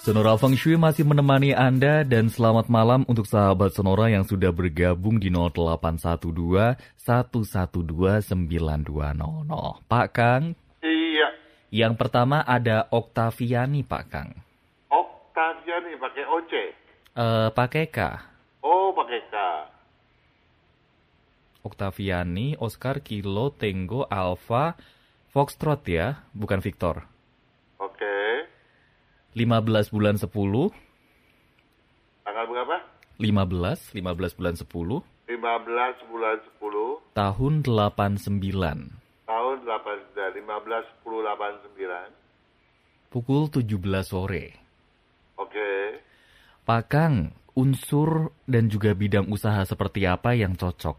Sonora Feng Shui masih menemani Anda dan selamat malam untuk sahabat Sonora yang sudah bergabung di 0812 112 9200. Pak Kang? Iya. Yang pertama ada Oktaviani, Pak Kang. Oktaviani pakai OC? Pakai K. Oh, pakai K. Oktaviani, Oscar, Kilo, Tango, Alpha, Foxtrot ya, bukan Victor. Oke. 15 bulan 10. Tanggal berapa? 15 bulan 10. 15 bulan 10. Tahun 89. Tahun 89. 15, 10, 89. Pukul 17 sore. Oke. Pak Kang, unsur dan juga bidang usaha seperti apa yang cocok?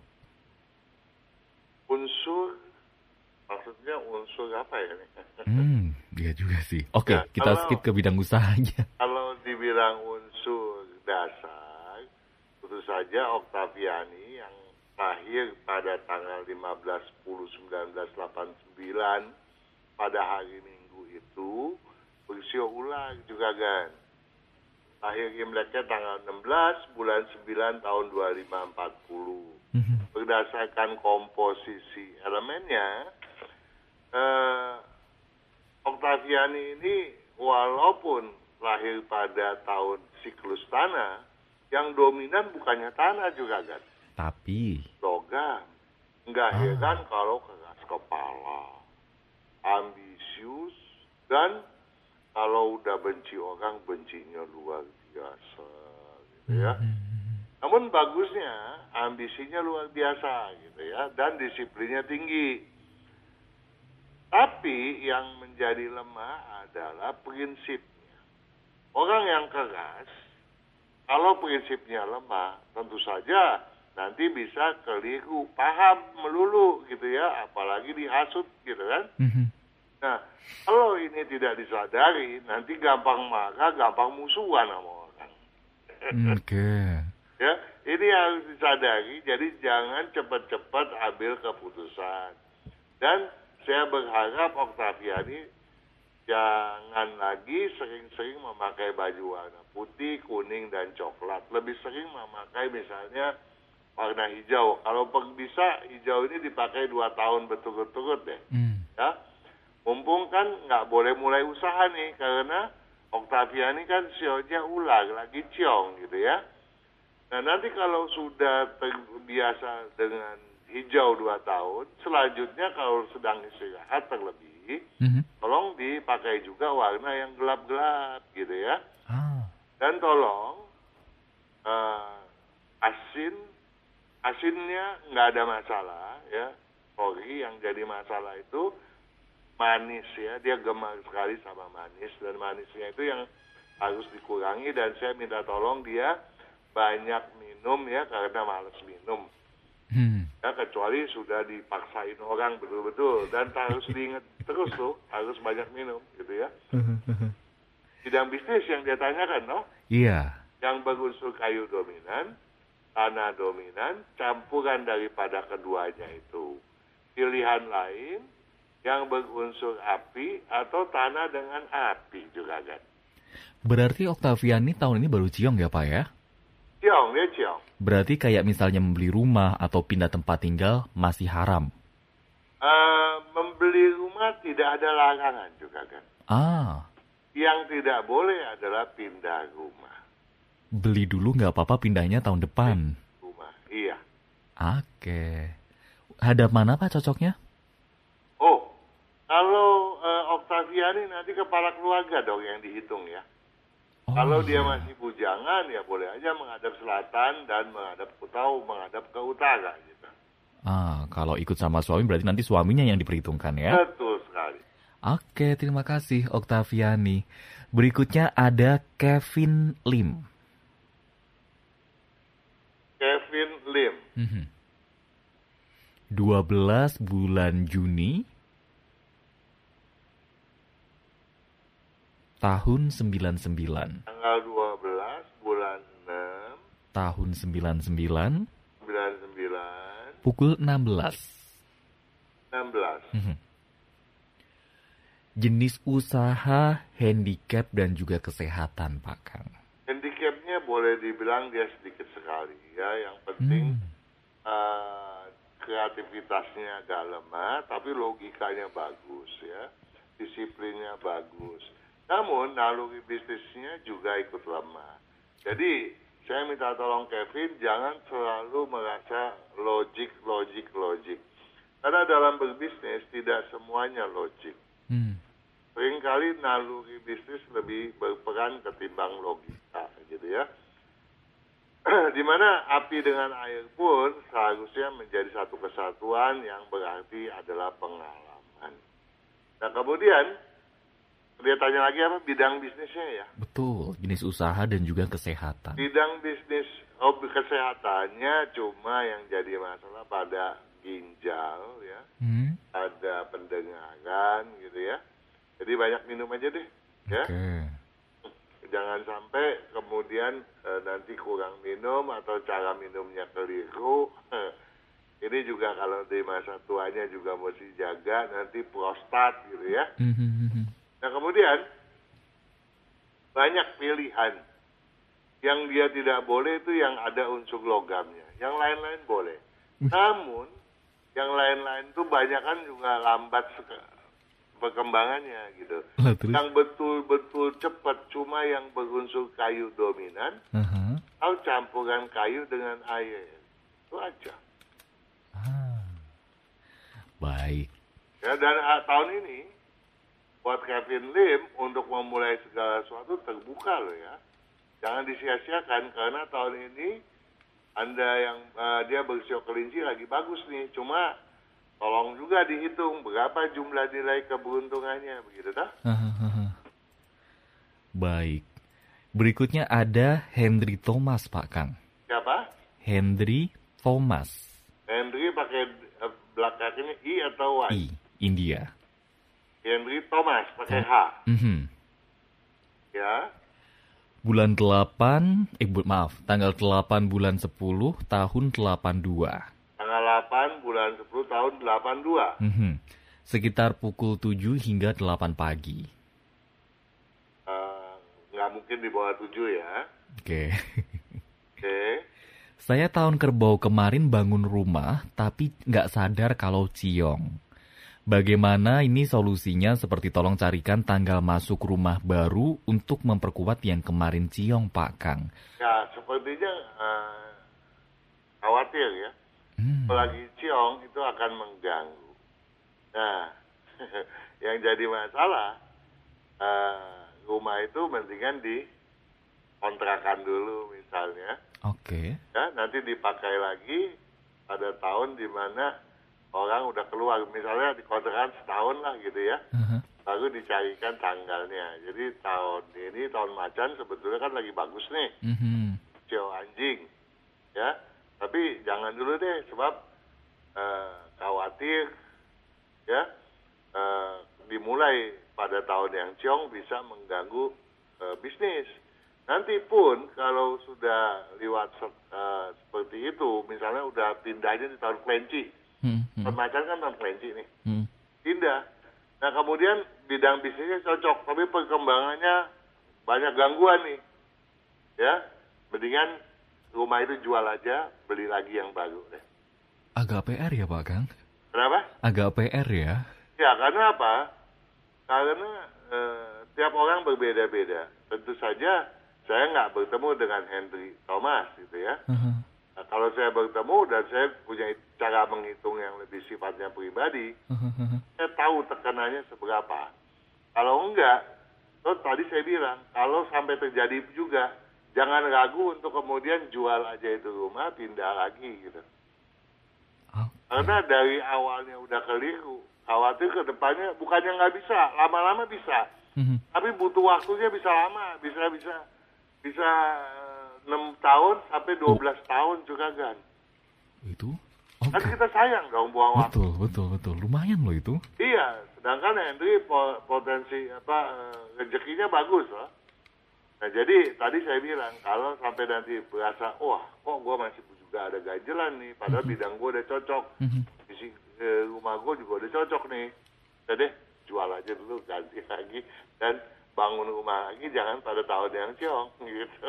Unsur? Maksudnya unsur apa ya? Iya juga sih. Oke, Ya, kita skip ke bidang usahanya. Kalau dibilang unsur dasar, tentu saja Oktaviani yang lahir pada tanggal 15/10/1989 pada hari Minggu itu berusia ulang juga kan. Lahir Imleknya tanggal 16 bulan 9 tahun 2540. Berdasarkan komposisi elemennya, Oktaviani ini walaupun lahir pada tahun siklus tanah, yang dominan bukannya tanah juga kan. Tapi Logam. Enggak heran kalau keras kepala, ambisius, dan kalau udah benci orang, bencinya luar biasa gitu ya. Namun bagusnya ambisinya luar biasa gitu ya, dan disiplinnya tinggi. Tapi yang menjadi lemah adalah prinsipnya. Orang yang keras, kalau prinsipnya lemah, tentu saja nanti bisa keliru, paham melulu gitu ya, apalagi dihasut gitu kan. Nah, kalau ini tidak disadari, nanti gampang marah, gampang musuhan sama orang. Oke. Ya, ini harus disadari, jadi jangan cepat-cepat ambil keputusan. Dan saya berharap Oktaviani jangan lagi sering-sering memakai baju warna putih, kuning, dan coklat. Lebih sering memakai misalnya warna hijau. Kalau bisa hijau ini dipakai 2 tahun berturut-turut deh. Ya, mumpung kan nggak boleh mulai usaha nih, karena Oktaviani kan sionya ular, lagi ciong gitu ya. Nah nanti kalau sudah terbiasa dengan hijau 2 tahun, selanjutnya kalau sedang istirahat terlebih, tolong dipakai juga warna yang gelap-gelap gitu ya. Dan tolong asinnya nggak ada masalah ya. Sorry, yang jadi masalah itu manis ya, dia gemar sekali sama manis, dan manisnya itu yang harus dikurangi, dan saya minta tolong dia banyak minum ya, karena malas minum. Ya, kecuali sudah dipaksain orang betul-betul, dan harus diingat terus tuh, harus banyak minum gitu ya. Bidang bisnis yang dia tanyakan, no? Iya. Yang berunsur kayu dominan, tanah dominan, campuran daripada keduanya itu. Pilihan lain yang berunsur api atau tanah dengan api juga kan. Berarti Oktaviani tahun ini baru ciong ya Pak ya? Ciong, dia ciong. Berarti kayak misalnya membeli rumah atau pindah tempat tinggal masih haram? Membeli rumah tidak ada larangan juga kan. Yang tidak boleh adalah pindah rumah. Beli dulu nggak apa-apa, pindahnya tahun depan. Rumah, iya. Oke. Hadap mana Pak cocoknya? Oh, kalau Oktaviani nanti kepala keluarga dong yang dihitung ya. Kalau dia masih bujangan ya boleh aja menghadap selatan dan menghadap ke utara gitu. Kalau ikut sama suami berarti nanti suaminya yang diperhitungkan ya. Betul sekali. Oke, terima kasih Oktaviani. Berikutnya ada Kevin Lim. Kevin Lim. 12 bulan Juni tahun 99. Tanggal 12 bulan 6 tahun 99. 99. Pukul 16. Jenis usaha, handicap, dan juga kesehatan, Pak Kang. Handicapnya boleh dibilang dia sedikit sekali ya. Yang penting kreativitasnya agak lemah, tapi logikanya bagus ya, disiplinnya bagus. Namun naluri bisnisnya juga ikut lemah. Jadi saya minta tolong Kevin jangan selalu merasa logik. Karena dalam berbisnis tidak semuanya logik. Seringkali naluri bisnis lebih berperan ketimbang logika gitu ya. Di mana api dengan air pun seharusnya menjadi satu kesatuan yang berarti adalah pengalaman. Nah kemudian dia tanya lagi apa bidang bisnisnya ya? Betul, jenis usaha dan juga kesehatan. Bidang bisnis kesehatannya cuma yang jadi masalah pada ginjal ya, ada pendengaran gitu ya. Jadi banyak minum aja deh ya. Jangan sampai kemudian nanti kurang minum atau cara minumnya keliru. Ini juga kalau di masa tuanya juga mesti jaga nanti prostat gitu ya. Nah kemudian banyak pilihan. Yang dia tidak boleh itu yang ada unsur logamnya. Yang lain-lain boleh. Namun yang lain-lain itu banyak kan juga lambat perkembangannya gitu. Yang betul-betul cepat cuma yang berunsur kayu dominan atau campuran kayu dengan air. Itu aja. Baik. Ya, dan tahun ini buat Kevin Lim untuk memulai segala sesuatu terbuka loh ya. Jangan disia-siakan karena tahun ini Anda yang dia bersio kelinci lagi bagus nih. Cuma tolong juga dihitung berapa jumlah nilai keberuntungannya, begitu dah? Baik. Berikutnya ada Henry Thomas, Pak Kang. Siapa? Henry Thomas. Henry pakai belakangnya I atau Y? I, India. Henry Thomas pakai H. Ya. Bulan 8, tanggal 8 bulan 10 tahun 82. Tanggal 8 bulan 10 tahun 82. Sekitar pukul 7 hingga 8 pagi. Nggak mungkin di bawah 7 ya. Oke. Oke. Saya tahun kerbau kemarin bangun rumah, tapi nggak sadar kalau ciong. Bagaimana ini solusinya? Seperti tolong carikan tanggal masuk rumah baru untuk memperkuat yang kemarin ciong, Pak Kang. Ya, sepertinya khawatir ya. Apalagi ciong itu akan mengganggu. Nah, yang jadi masalah, rumah itu mendingan dikontrakan dulu misalnya. Oke. Ya, nanti dipakai lagi pada tahun di mana orang udah keluar, misalnya dikontrakan setahun lah gitu ya, baru dicarikan tanggalnya. Jadi tahun ini, tahun macan sebetulnya kan lagi bagus nih, cio anjing, ya. Tapi jangan dulu deh, sebab khawatir, ya, dimulai pada tahun yang ciong bisa mengganggu bisnis. Nanti pun kalau sudah lewat seperti itu, misalnya udah pindahnya di tahun kelinci, Macan kan tahun kelinci nih, pindah. Nah kemudian bidang bisnisnya cocok, tapi perkembangannya banyak gangguan nih, ya. Mendingan rumah itu jual aja, beli lagi yang baru deh. Agak PR ya Pak Kang? Kenapa? Agak PR ya? Ya karena apa? Karena tiap orang berbeda-beda. Tentu saja saya nggak bertemu dengan Henry Thomas gitu ya. Nah, kalau saya bertemu dan saya punya cara menghitung yang lebih sifatnya pribadi, saya tahu tekanannya seberapa. Kalau enggak, terus tadi saya bilang, kalau sampai terjadi juga, jangan ragu untuk kemudian jual aja itu rumah, pindah lagi gitu. Karena dari awalnya udah keliru, khawatir ke depannya bukannya nggak bisa, lama-lama bisa. Tapi butuh waktunya bisa lama, bisa 6 tahun sampai 12 tahun juga kan. Itu? Kan kita sayang dong buang waktu. Betul. Lumayan loh itu. Iya, sedangkan Henry potensi rezekinya bagus loh. Nah jadi tadi saya bilang kalau sampai nanti berasa, wah kok gue masih juga ada ganjelan nih, padahal bidang gue udah cocok, isi rumah gue juga udah cocok nih. Jadi jual aja dulu, ganti lagi, dan bangun rumah lagi, jangan pada tahun yang ciong gitu.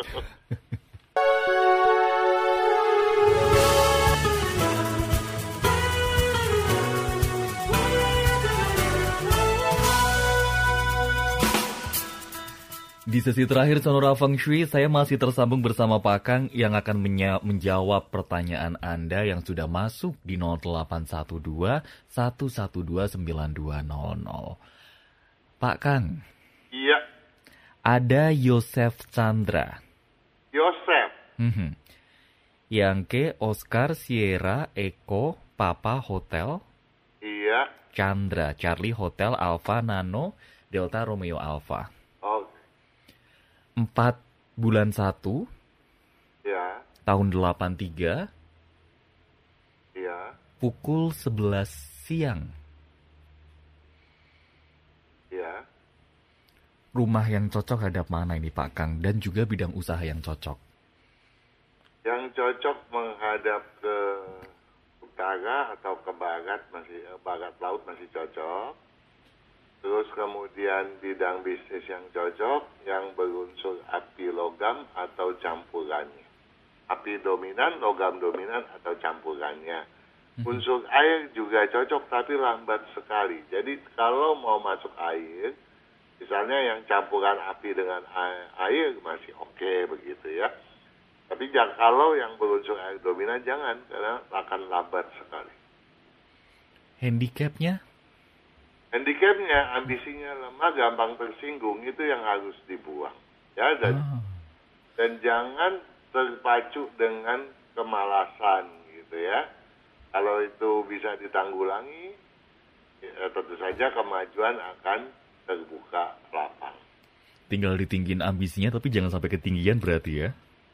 Di sesi terakhir Sonora Feng Shui, saya masih tersambung bersama Pak Kang yang akan menjawab pertanyaan Anda yang sudah masuk di 0812 112 9200. Pak Kang. Iya. Ada Yosef Chandra. Yosef. Yang ke Oscar Sierra Echo Papa Hotel. Iya. Chandra Charlie Hotel Alpha Nano Delta Romeo Alpha. 4 bulan 1 ya. Tahun 83 ya. Pukul 11 siang ya. Rumah yang cocok hadap mana ini Pak Kang, dan juga bidang usaha yang cocok? Yang cocok menghadap ke utara atau ke barat, barat laut masih cocok. Terus kemudian bidang bisnis yang cocok, yang berunsur api logam atau campurannya. Api dominan, logam dominan atau campurannya. Unsur air juga cocok tapi lambat sekali. Jadi kalau mau masuk air, misalnya yang campuran api dengan air masih oke begitu ya. Tapi kalau yang berunsur air dominan jangan, karena akan lambat sekali. Handicapnya? Handicapnya, ambisinya lemah, gampang tersinggung, itu yang harus dibuang. Ya, dan jangan terpacu dengan kemalasan gitu ya. Kalau itu bisa ditanggulangi, ya, tentu saja kemajuan akan terbuka lapang. Tinggal ditinggiin ambisinya, tapi jangan sampai ketinggian berarti ya?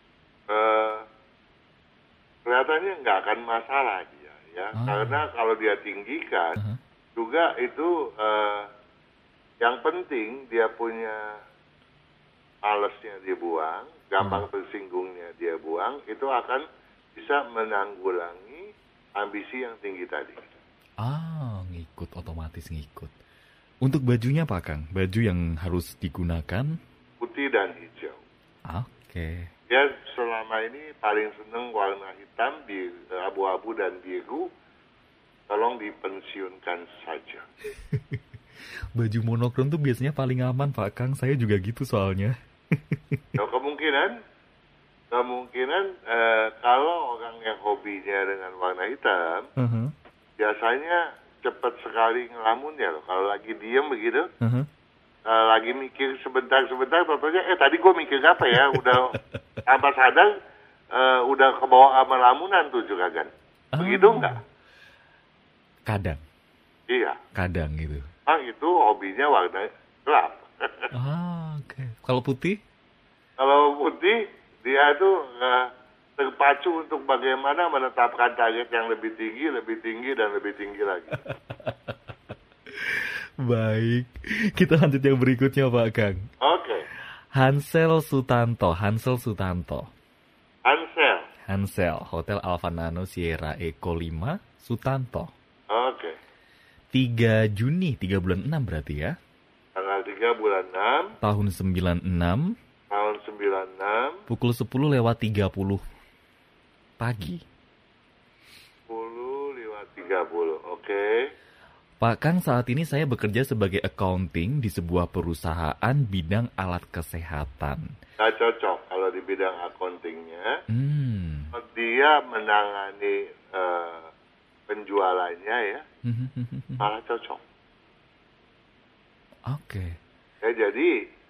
Kelihatannya nggak akan masalah dia, ya. Karena kalau dia tinggikan, juga itu yang penting dia punya malesnya dia buang, gampang tersinggungnya dia buang, itu akan bisa menanggulangi ambisi yang tinggi tadi. Ngikut, otomatis ngikut. Untuk bajunya Pak Kang, baju yang harus digunakan? Putih dan hijau. Oke. Ya selama ini paling seneng warna hitam, abu-abu dan biru. Tolong dipensiunkan saja. Baju monokrom tuh biasanya paling aman Pak Kang, saya juga gitu soalnya. Kemungkinan kalau orang yang hobinya dengan warna hitam, biasanya cepat sekali ngelamunnya loh. Kalau lagi diem begitu, lagi mikir sebentar, contohnya, tadi gue mikir apa ya, udah tanpa sadar, udah kebawa sama lamunan tuh juga kan. Begitu enggak? Kadang. Iya. Kadang gitu. Itu hobinya warna gelap. Oke. Kalau putih? Kalau putih, dia itu terpacu untuk bagaimana menetapkan target yang lebih tinggi, dan lebih tinggi lagi. Baik. Kita lanjut yang berikutnya Pak Kang. Oke. Hansel Sutanto. Hansel, Hotel Alpha Nano Sierra Echo 5, Sutanto. Oke. 3 Juni, 3 bulan 6 berarti ya? Tanggal 3 bulan 6. Tahun 96. Pukul 10:30 pagi. 10:30, oke. Pak Kang, saat ini saya bekerja sebagai accounting di sebuah perusahaan bidang alat kesehatan. Nggak cocok kalau di bidang accountingnya. Dia menangani penjualannya ya, malah cocok. Oke. Ya, jadi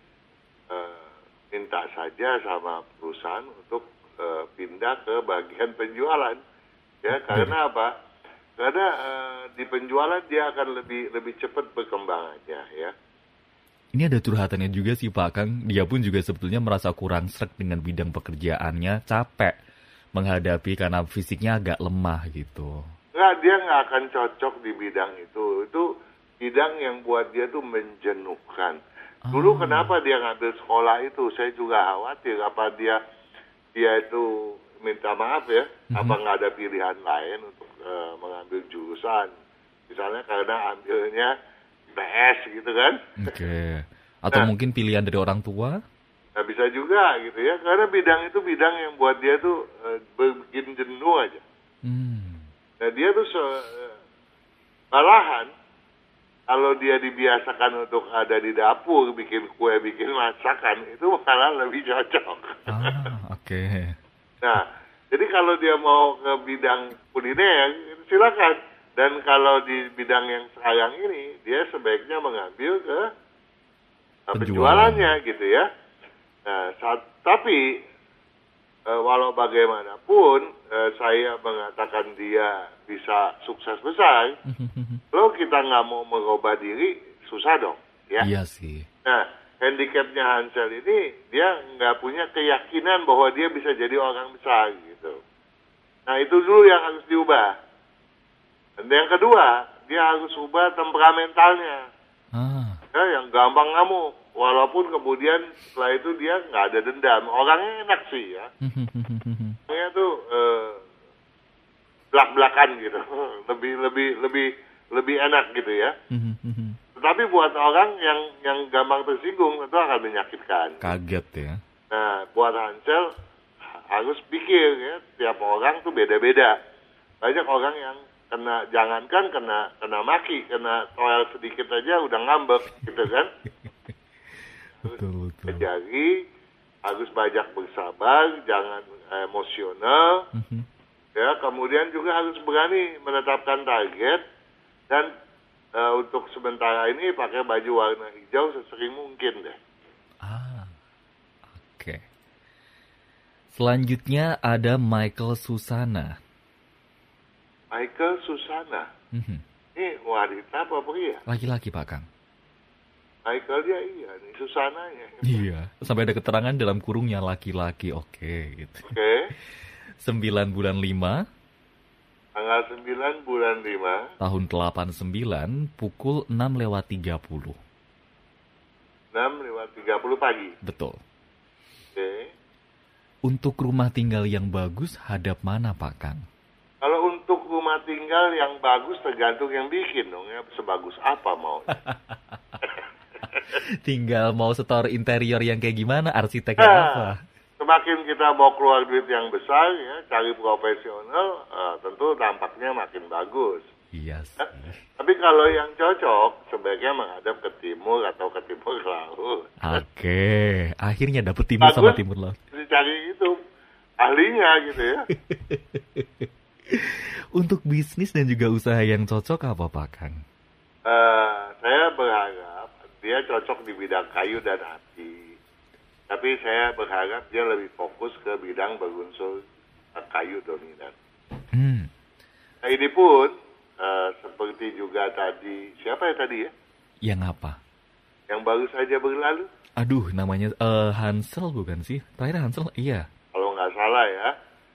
minta saja sama perusahaan untuk pindah ke bagian penjualan. Ya, karena apa? Karena di penjualan dia akan lebih cepat berkembangannya ya. Ini ada curhatannya juga sih Pak Kang. Dia pun juga sebetulnya merasa kurang sreg dengan bidang pekerjaannya, capek menghadapi karena fisiknya agak lemah gitu. Nggak, dia nggak akan cocok di bidang itu. Itu bidang yang buat dia tuh menjenuhkan. Dulu kenapa dia ngambil sekolah itu? Saya juga khawatir apa dia itu minta maaf ya, apa nggak ada pilihan lain untuk mengambil jurusan. Misalnya karena ambilnya PS gitu kan. Oke. Atau Nah. mungkin pilihan dari orang tua? Nah bisa juga gitu ya, karena bidang itu bidang yang buat dia tuh bikin jenuh aja. Nah dia tuh malahan kalau dia dibiasakan untuk ada di dapur, bikin kue, bikin masakan, itu malah lebih cocok. Oke. Nah, jadi kalau dia mau ke bidang kuliner, silakan. Dan kalau di bidang yang sekarang ini, dia sebaiknya mengambil ke penjualannya gitu ya. Nah, tapi walau bagaimanapun saya mengatakan dia bisa sukses besar, kalau kita nggak mau mengubah diri, susah dong, ya. Iya sih. Nah, handicapnya Hansel ini dia nggak punya keyakinan bahwa dia bisa jadi orang besar gitu. Nah itu dulu yang harus diubah. Dan yang kedua, dia harus ubah temperamentalnya. Ya, yang gampang ngamuk. Walaupun kemudian setelah itu dia nggak ada dendam. Orangnya enak sih ya. Orangnya tuh belak-belakan gitu. lebih enak gitu ya. Tetapi buat orang yang gampang tersinggung itu akan menyakitkan. Kaget ya. Nah, buat Hansel harus pikir ya, tiap orang tuh beda-beda. Banyak orang yang jangankan kena maki, kena toel sedikit aja udah ngambek gitu kan. Betul. Jadi harus banyak bersabar, jangan emosional. Ya, kemudian juga harus berani menetapkan target dan untuk sementara ini pakai baju warna hijau sesering mungkin deh. Oke. Selanjutnya ada Michael Susana. Michael Susana. Ini wanita apa pria? Laki-laki, Pak Kang. Michael dia iya nih, Susananya. Iya. Sampai ada keterangan dalam kurungnya laki-laki. Oke, gitu. Oke. 9 bulan 5. Tanggal 9 bulan 5. Tahun 89 pukul 6:30. 6:30 pagi. Betul. Oke. Untuk rumah tinggal yang bagus hadap mana, Pak Kang? Kalau untuk rumah tinggal yang bagus tergantung yang bikin dong ya, sebagus apa mau. Tinggal mau setor interior yang kayak gimana, arsiteknya apa? Semakin kita mau keluar duit yang besar ya, cari profesional, tentu dampaknya makin bagus. Iya sih. Tapi kalau yang cocok, sebaiknya menghadap ke timur atau ke timur laut. Oke, akhirnya dapet timur sama timur laut. Dicari itu ahlinya gitu ya. Untuk bisnis dan juga usaha yang cocok apa, Pak Kang? Saya berharap dia cocok di bidang kayu dan api. Tapi saya berharap dia lebih fokus ke bidang berunsur kayu dominan. Nah ini pun seperti juga tadi, siapa ya tadi ya? Yang apa? Yang baru saja berlalu. Aduh, namanya Hansel bukan sih? Terakhir Hansel, iya. Kalau nggak salah ya.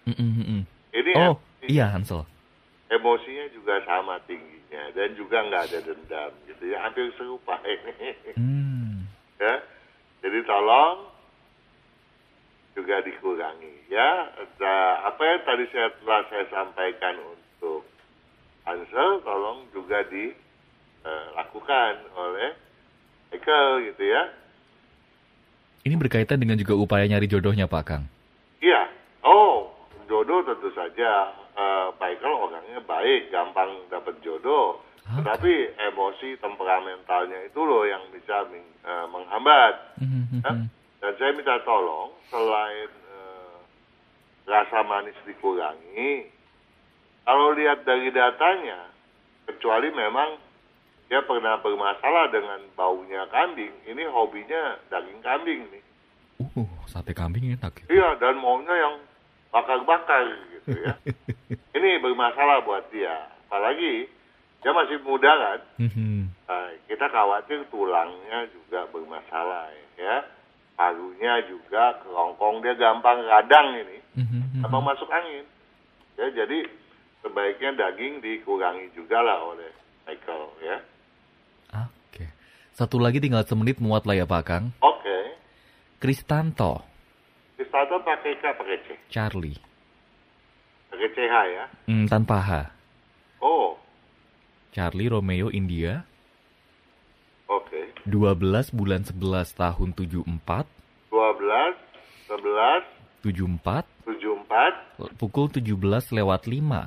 Ini iya Hansel. Emosinya juga sama tingginya dan juga nggak ada dendam gitu ya, hampir serupa ini. Ya, jadi tolong juga dikurangi ya. Apa yang tadi telah saya sampaikan untuk Hansel, tolong juga dilakukan oleh Michael gitu ya. Ini berkaitan dengan juga upaya nyari jodohnya, Pak Kang. Iya. Jodoh tentu saja. Michael orangnya baik, gampang dapat jodoh. Tetapi emosi temperamentalnya itu loh yang bisa menghambat. Dan saya minta tolong, selain rasa manis dikurangi, kalau lihat dari datanya, kecuali memang dia pernah bermasalah dengan baunya kambing, ini hobinya daging kambing nih. Sate kambing enak. Iya, dan maunya yang bakar-bakar gitu ya. Ini bermasalah buat dia. Apalagi dia masih muda kan. Kita khawatir tulangnya juga bermasalah ya. Parunya juga kerongkong, dia gampang radang ini. Gampang masuk angin. Ya, jadi sebaiknya daging dikurangi juga lah oleh Michael ya. Oke. Satu lagi tinggal semenit muat lah ya Pak Kang. Oke. Kristanto. Kristanto pakai K, pakai C? Charlie. Pakai CH ya? Tanpa H. Oh. Charlie Romeo India. 12 bulan 11 tahun 74, 12, 11, 74, 74, pukul 17:05.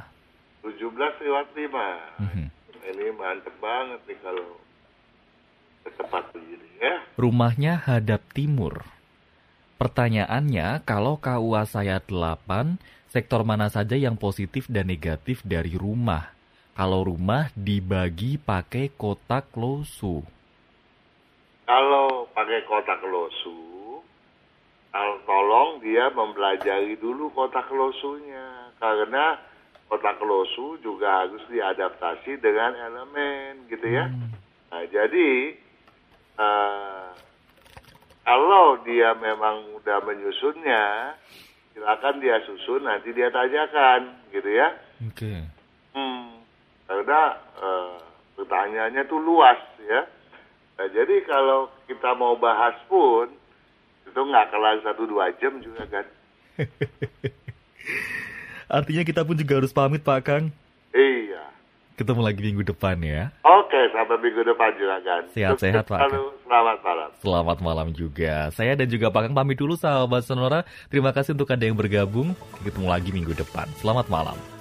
17:05. Mhm. Ini mantep banget nih kalau tepat begini ya. Rumahnya hadap timur. Pertanyaannya, kalau KUA saya 8, sektor mana saja yang positif dan negatif dari rumah? Kalau rumah dibagi pakai kotak losu. Kalau pakai kotak losu, tolong dia mempelajari dulu kotak losunya. Karena kotak losu juga harus diadaptasi dengan elemen gitu ya. Nah, jadi kalau dia memang udah menyusunnya, silakan dia susun, nanti dia tanyakan gitu ya. Oke. Karena pertanyaannya tuh luas ya. Nah, jadi kalau kita mau bahas pun, itu nggak kelar 1-2 jam juga kan. Artinya kita pun juga harus pamit Pak Kang. Iya. Ketemu lagi minggu depan ya. Oke, sampai minggu depan juga kan. Sehat-sehat Pak Kang. Selamat malam. Selamat malam juga. Saya dan juga Pak Kang pamit dulu sahabat Sonora. Terima kasih untuk Anda yang bergabung. Ketemu lagi minggu depan. Selamat malam.